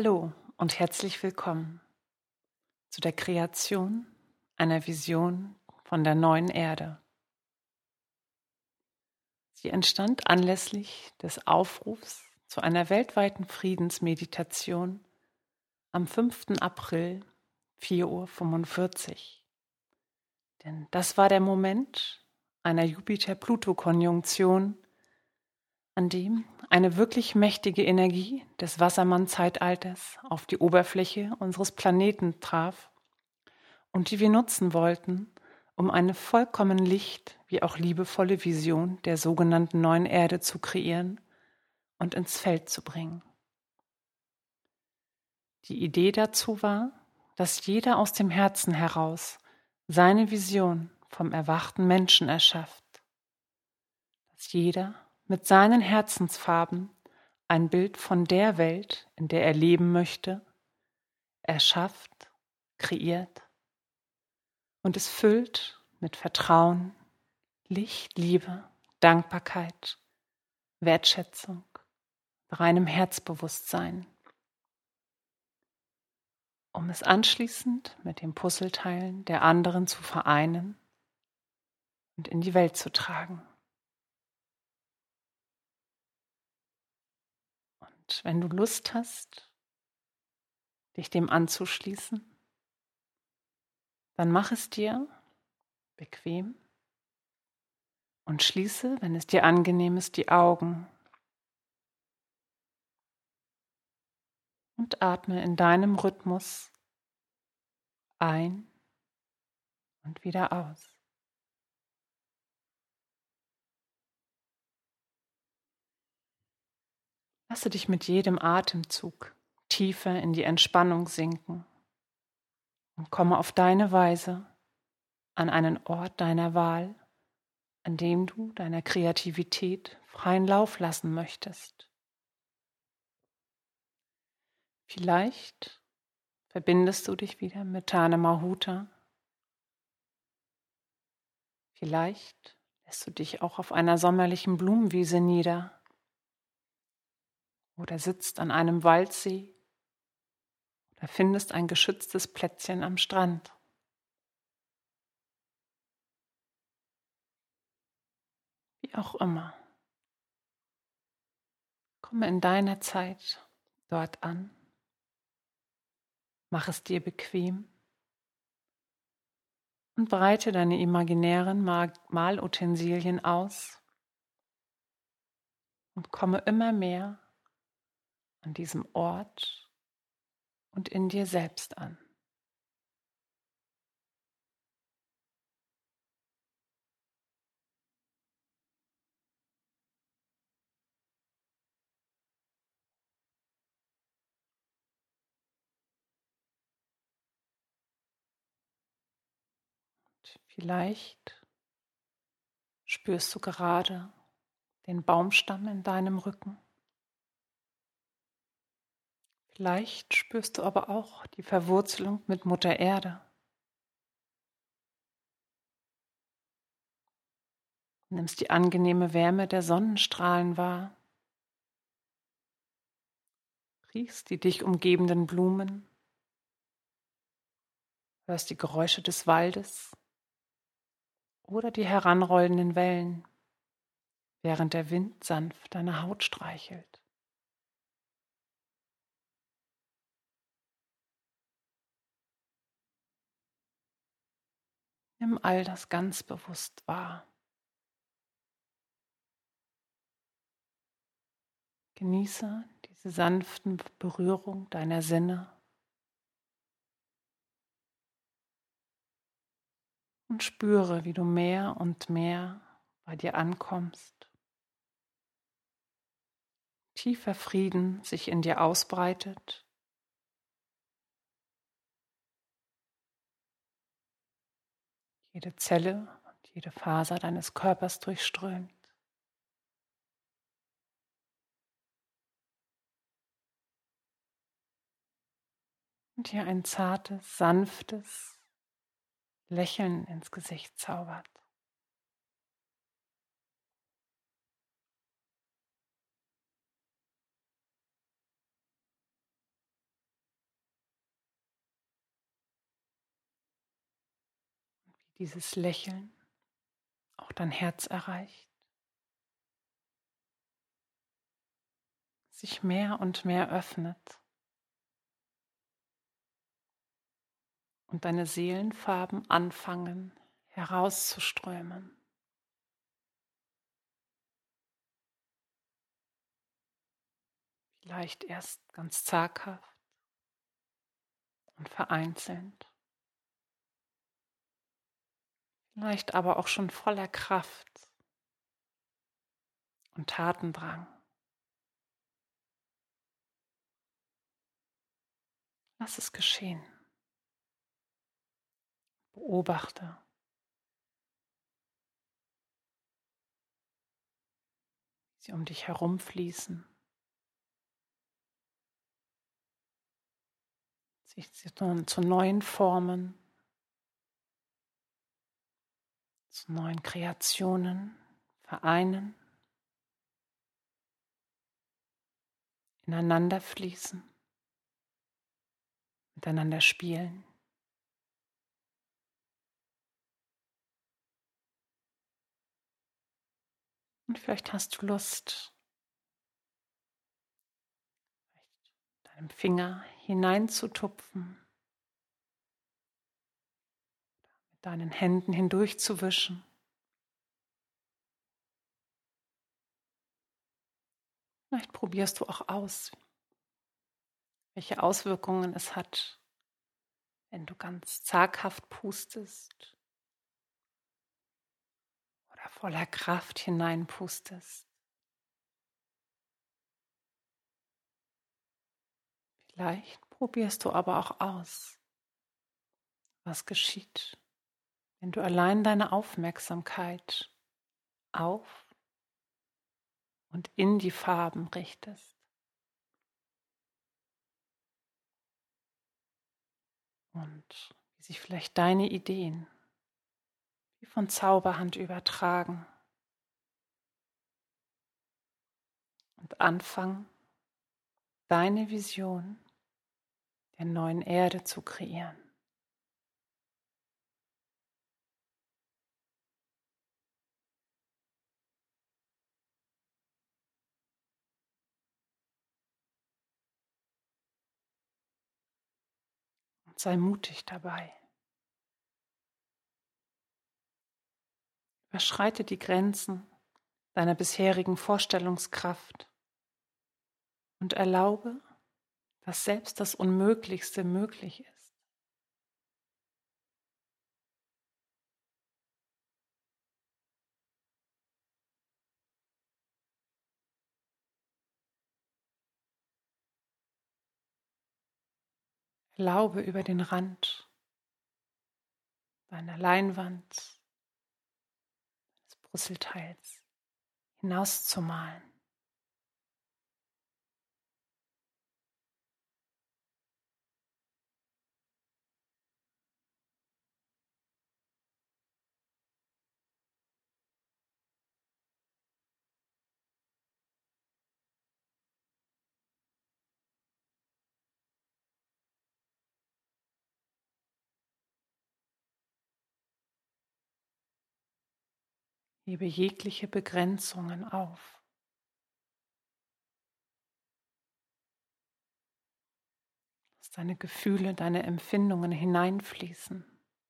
Hallo und herzlich willkommen zu der Kreation einer Vision von der neuen Erde. Sie entstand anlässlich des Aufrufs zu einer weltweiten Friedensmeditation am 5. April 4:45 Uhr. Denn das war der Moment einer Jupiter-Pluto-Konjunktion, an dem eine wirklich mächtige Energie des Wassermann-Zeitalters auf die Oberfläche unseres Planeten traf und die wir nutzen wollten, um eine vollkommen licht- wie auch liebevolle Vision der sogenannten neuen Erde zu kreieren und ins Feld zu bringen. Die Idee dazu war, dass jeder aus dem Herzen heraus seine Vision vom erwachten Menschen erschafft, dass jeder mit seinen Herzensfarben ein Bild von der Welt, in der er leben möchte, erschafft, kreiert und es füllt mit Vertrauen, Licht, Liebe, Dankbarkeit, Wertschätzung, reinem Herzbewusstsein, um es anschließend mit den Puzzleteilen der anderen zu vereinen und in die Welt zu tragen. Und wenn du Lust hast, dich dem anzuschließen, dann mach es dir bequem und schließe, wenn es dir angenehm ist, die Augen und atme in deinem Rhythmus ein und wieder aus. Lasse dich mit jedem Atemzug tiefer in die Entspannung sinken und komme auf deine Weise an einen Ort deiner Wahl, an dem du deiner Kreativität freien Lauf lassen möchtest. Vielleicht verbindest du dich wieder mit Tane Mahuta. Vielleicht lässt du dich auch auf einer sommerlichen Blumenwiese nieder oder sitzt an einem Waldsee oder findest ein geschütztes Plätzchen am Strand. Wie auch immer. Komme in deiner Zeit dort an. Mach es dir bequem und breite deine imaginären Malutensilien aus und komme immer mehr an diesem Ort und in dir selbst an. Und vielleicht spürst du gerade den Baumstamm in deinem Rücken. Vielleicht spürst du aber auch die Verwurzelung mit Mutter Erde. Du nimmst die angenehme Wärme der Sonnenstrahlen wahr. Riechst die dich umgebenden Blumen. Hörst die Geräusche des Waldes oder die heranrollenden Wellen, während der Wind sanft deine Haut streichelt. Nimm all das ganz bewusst wahr. Genieße diese sanften Berührung deiner Sinne und spüre, wie du mehr und mehr bei dir ankommst. Tiefer Frieden sich in dir ausbreitet. Jede Zelle und jede Faser deines Körpers durchströmt. Und dir ein zartes, sanftes Lächeln ins Gesicht zaubert. wie dieses Lächeln auch dein Herz erreicht, sich mehr und mehr öffnet und deine Seelenfarben anfangen herauszuströmen. Vielleicht erst ganz zaghaft und vereinzelt, vielleicht aber auch schon voller Kraft und Tatendrang. Lass es geschehen. Beobachte, wie sie um dich herumfließen, sich zu neuen Formen, zu neuen Kreationen vereinen, ineinander fließen, miteinander spielen. Und vielleicht hast du Lust, deinem Finger hineinzutupfen, mit deinen Händen hindurchzuwischen. Vielleicht probierst du auch aus, welche Auswirkungen es hat, wenn du ganz zaghaft pustest oder voller Kraft hineinpustest. Vielleicht probierst du aber auch aus, was geschieht, wenn du allein deine Aufmerksamkeit auf und in die Farben richtest und wie sich vielleicht deine Ideen wie von Zauberhand übertragen und anfangen, deine Vision der neuen Erde zu kreieren. Und sei mutig dabei. Überschreite die Grenzen deiner bisherigen Vorstellungskraft und erlaube, dass selbst das Unmöglichste möglich ist. Erlaube, über den Rand deiner Leinwand, des Brüsselteils hinauszumalen. Hebe jegliche Begrenzungen auf. Lass deine Gefühle, deine Empfindungen hineinfließen.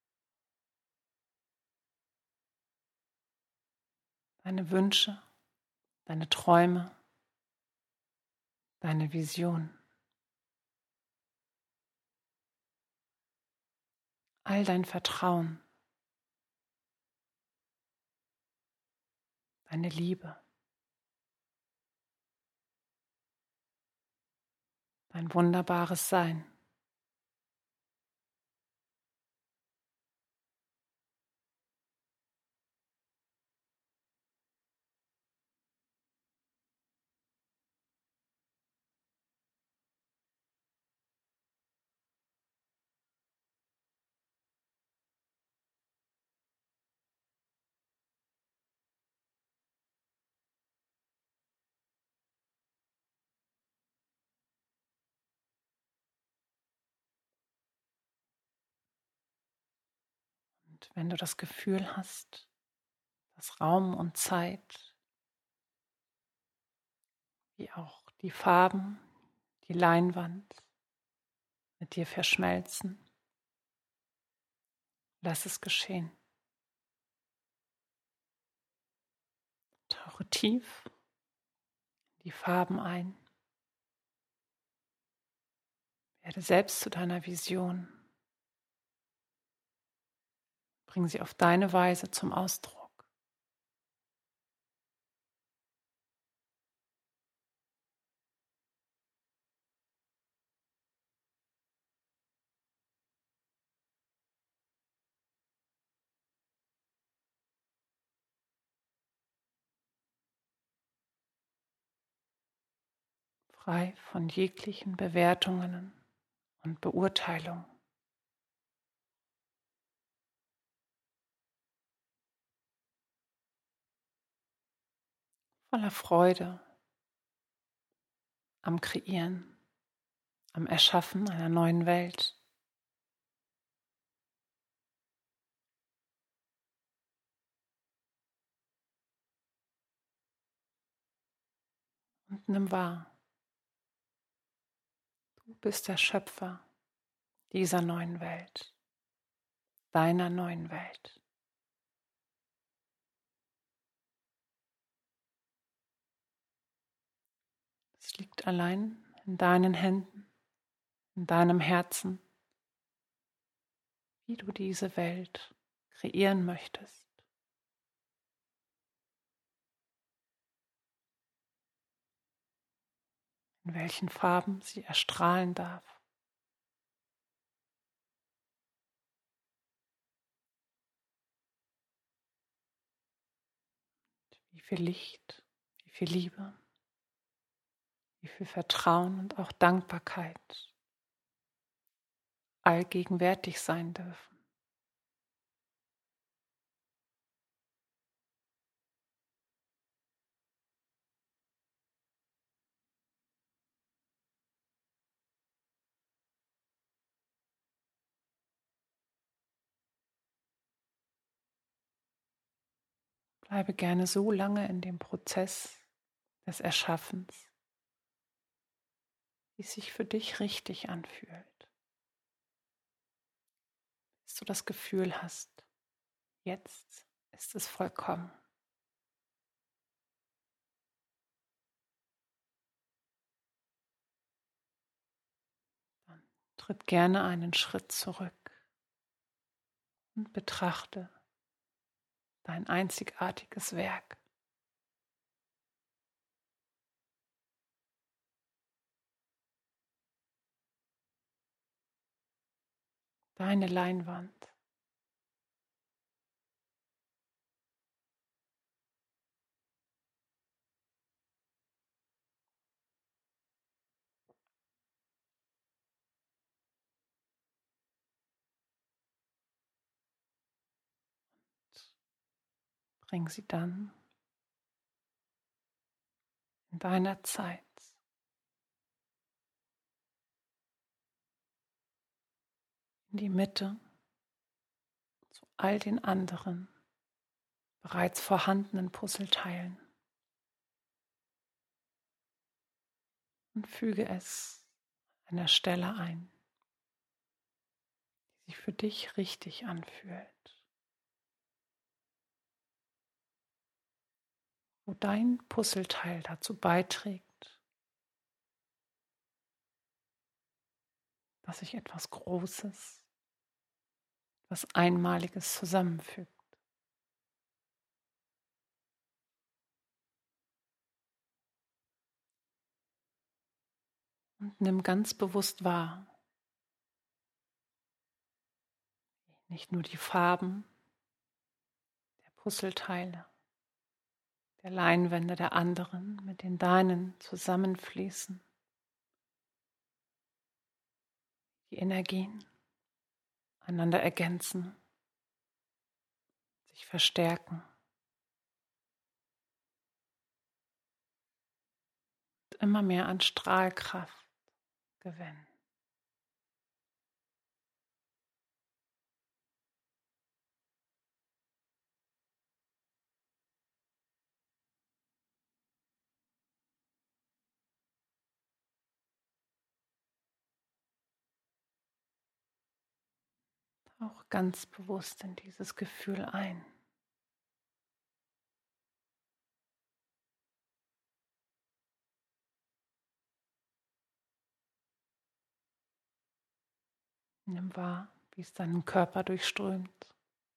Deine Wünsche, deine Träume, deine Vision. All dein Vertrauen, deine Liebe, dein wunderbares Sein. Und wenn du das Gefühl hast, dass Raum und Zeit, wie auch die Farben, die Leinwand mit dir verschmelzen, lass es geschehen. Tauche tief in die Farben ein. Werde selbst zu deiner Vision. Bring sie auf deine Weise zum Ausdruck. Frei von jeglichen Bewertungen und Beurteilungen. Voller Freude am Kreieren, am Erschaffen einer neuen Welt. Und nimm wahr, du bist der Schöpfer dieser neuen Welt, deiner neuen Welt. Es liegt allein in deinen Händen, in deinem Herzen, wie du diese Welt kreieren möchtest. In welchen Farben sie erstrahlen darf. Wie viel Licht, wie viel Liebe, wie viel Vertrauen und auch Dankbarkeit allgegenwärtig sein dürfen. Bleibe gerne so lange in dem Prozess des Erschaffens, wie es sich für dich richtig anfühlt. Bis du das Gefühl hast, jetzt ist es vollkommen. Dann tritt gerne einen Schritt zurück und betrachte dein einzigartiges Werk. Deine Leinwand. Bring sie dann in deiner Zeit in die Mitte zu all den anderen bereits vorhandenen Puzzleteilen und füge es an einer Stelle ein, die sich für dich richtig anfühlt, wo dein Puzzleteil dazu beiträgt, dass sich etwas Großes, etwas Einmaliges zusammenfügt. Und nimm ganz bewusst wahr, nicht nur die Farben der Puzzleteile, der Leinwände der anderen mit den deinen zusammenfließen, die Energien einander ergänzen, sich verstärken und immer mehr an Strahlkraft gewinnen. Auch ganz bewusst in dieses Gefühl ein. Nimm wahr, wie es deinen Körper durchströmt,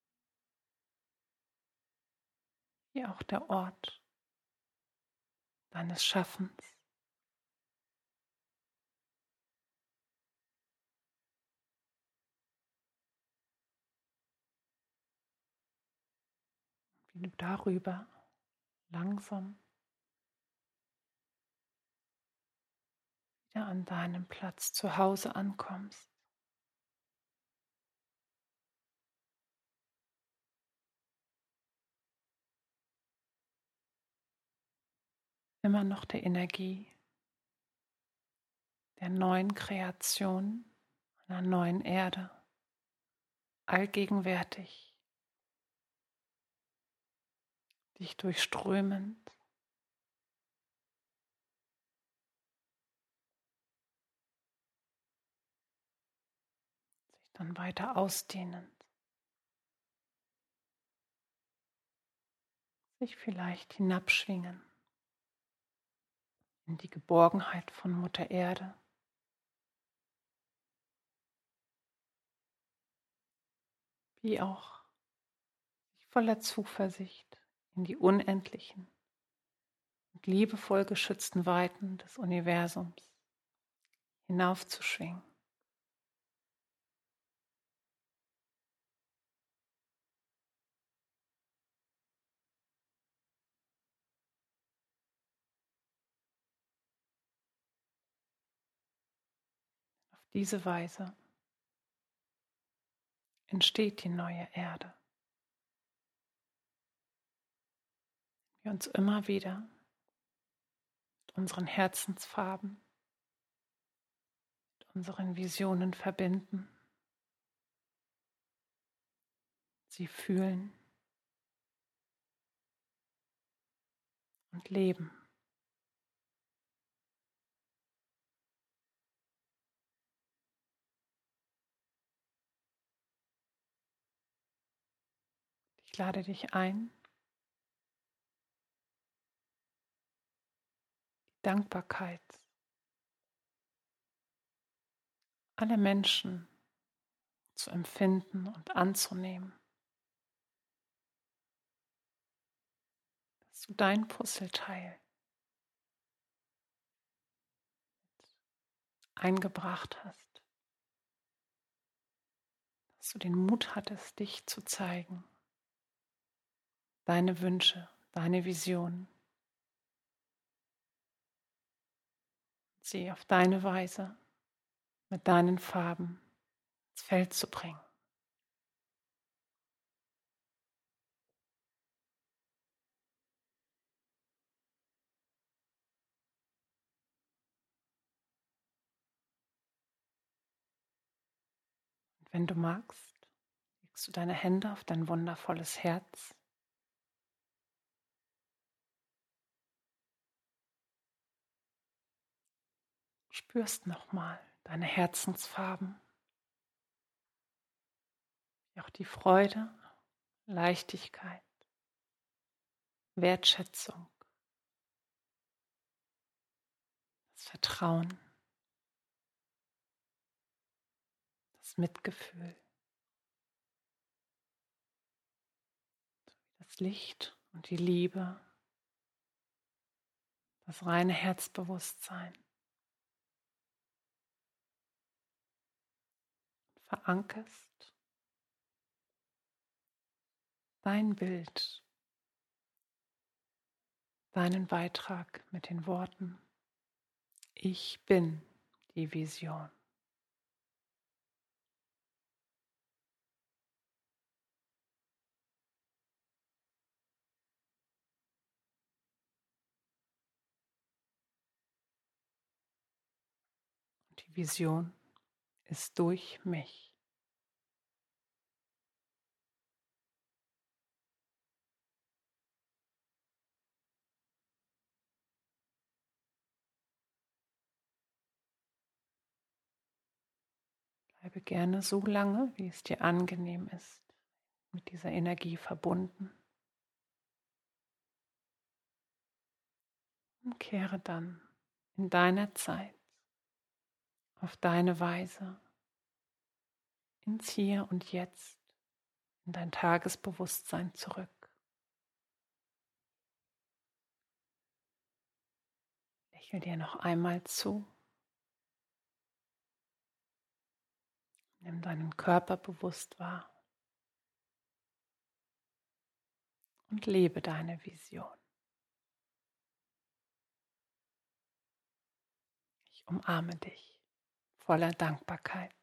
wie auch der Ort deines Schaffens. Wie du darüber langsam wieder an deinem Platz zu Hause ankommst. Immer noch der Energie der neuen Kreation, einer neuen Erde, allgegenwärtig, dich durchströmend, sich dann weiter ausdehnend, sich vielleicht hinabschwingen in die Geborgenheit von Mutter Erde, wie auch sich voller Zuversicht in die unendlichen und liebevoll geschützten Weiten des Universums hinaufzuschwingen. Auf diese Weise entsteht die neue Erde. Wir uns immer wieder mit unseren Herzensfarben, mit unseren Visionen verbinden, sie fühlen und leben. Ich lade dich ein, die Dankbarkeit aller Menschen zu empfinden und anzunehmen, dass du dein Puzzleteil eingebracht hast, dass du den Mut hattest, dich zu zeigen, deine Wünsche, deine Visionen, sie auf deine Weise mit deinen Farben ins Feld zu bringen. Und wenn du magst, legst du deine Hände auf dein wundervolles Herz. Spürst nochmal deine Herzensfarben, wie auch die Freude, Leichtigkeit, Wertschätzung, das Vertrauen, das Mitgefühl, das Licht und die Liebe, das reine Herzbewusstsein verankerst dein Bild, deinen Beitrag mit den Worten: Ich bin die Vision. Und die Vision ist durch mich. Bleibe gerne so lange, wie es dir angenehm ist, mit dieser Energie verbunden. Und kehre dann in deiner Zeit, auf deine Weise, ins Hier und Jetzt, in dein Tagesbewusstsein zurück. Lächel dir noch einmal zu. Nimm deinen Körper bewusst wahr und lebe deine Vision. Ich umarme dich voller Dankbarkeit.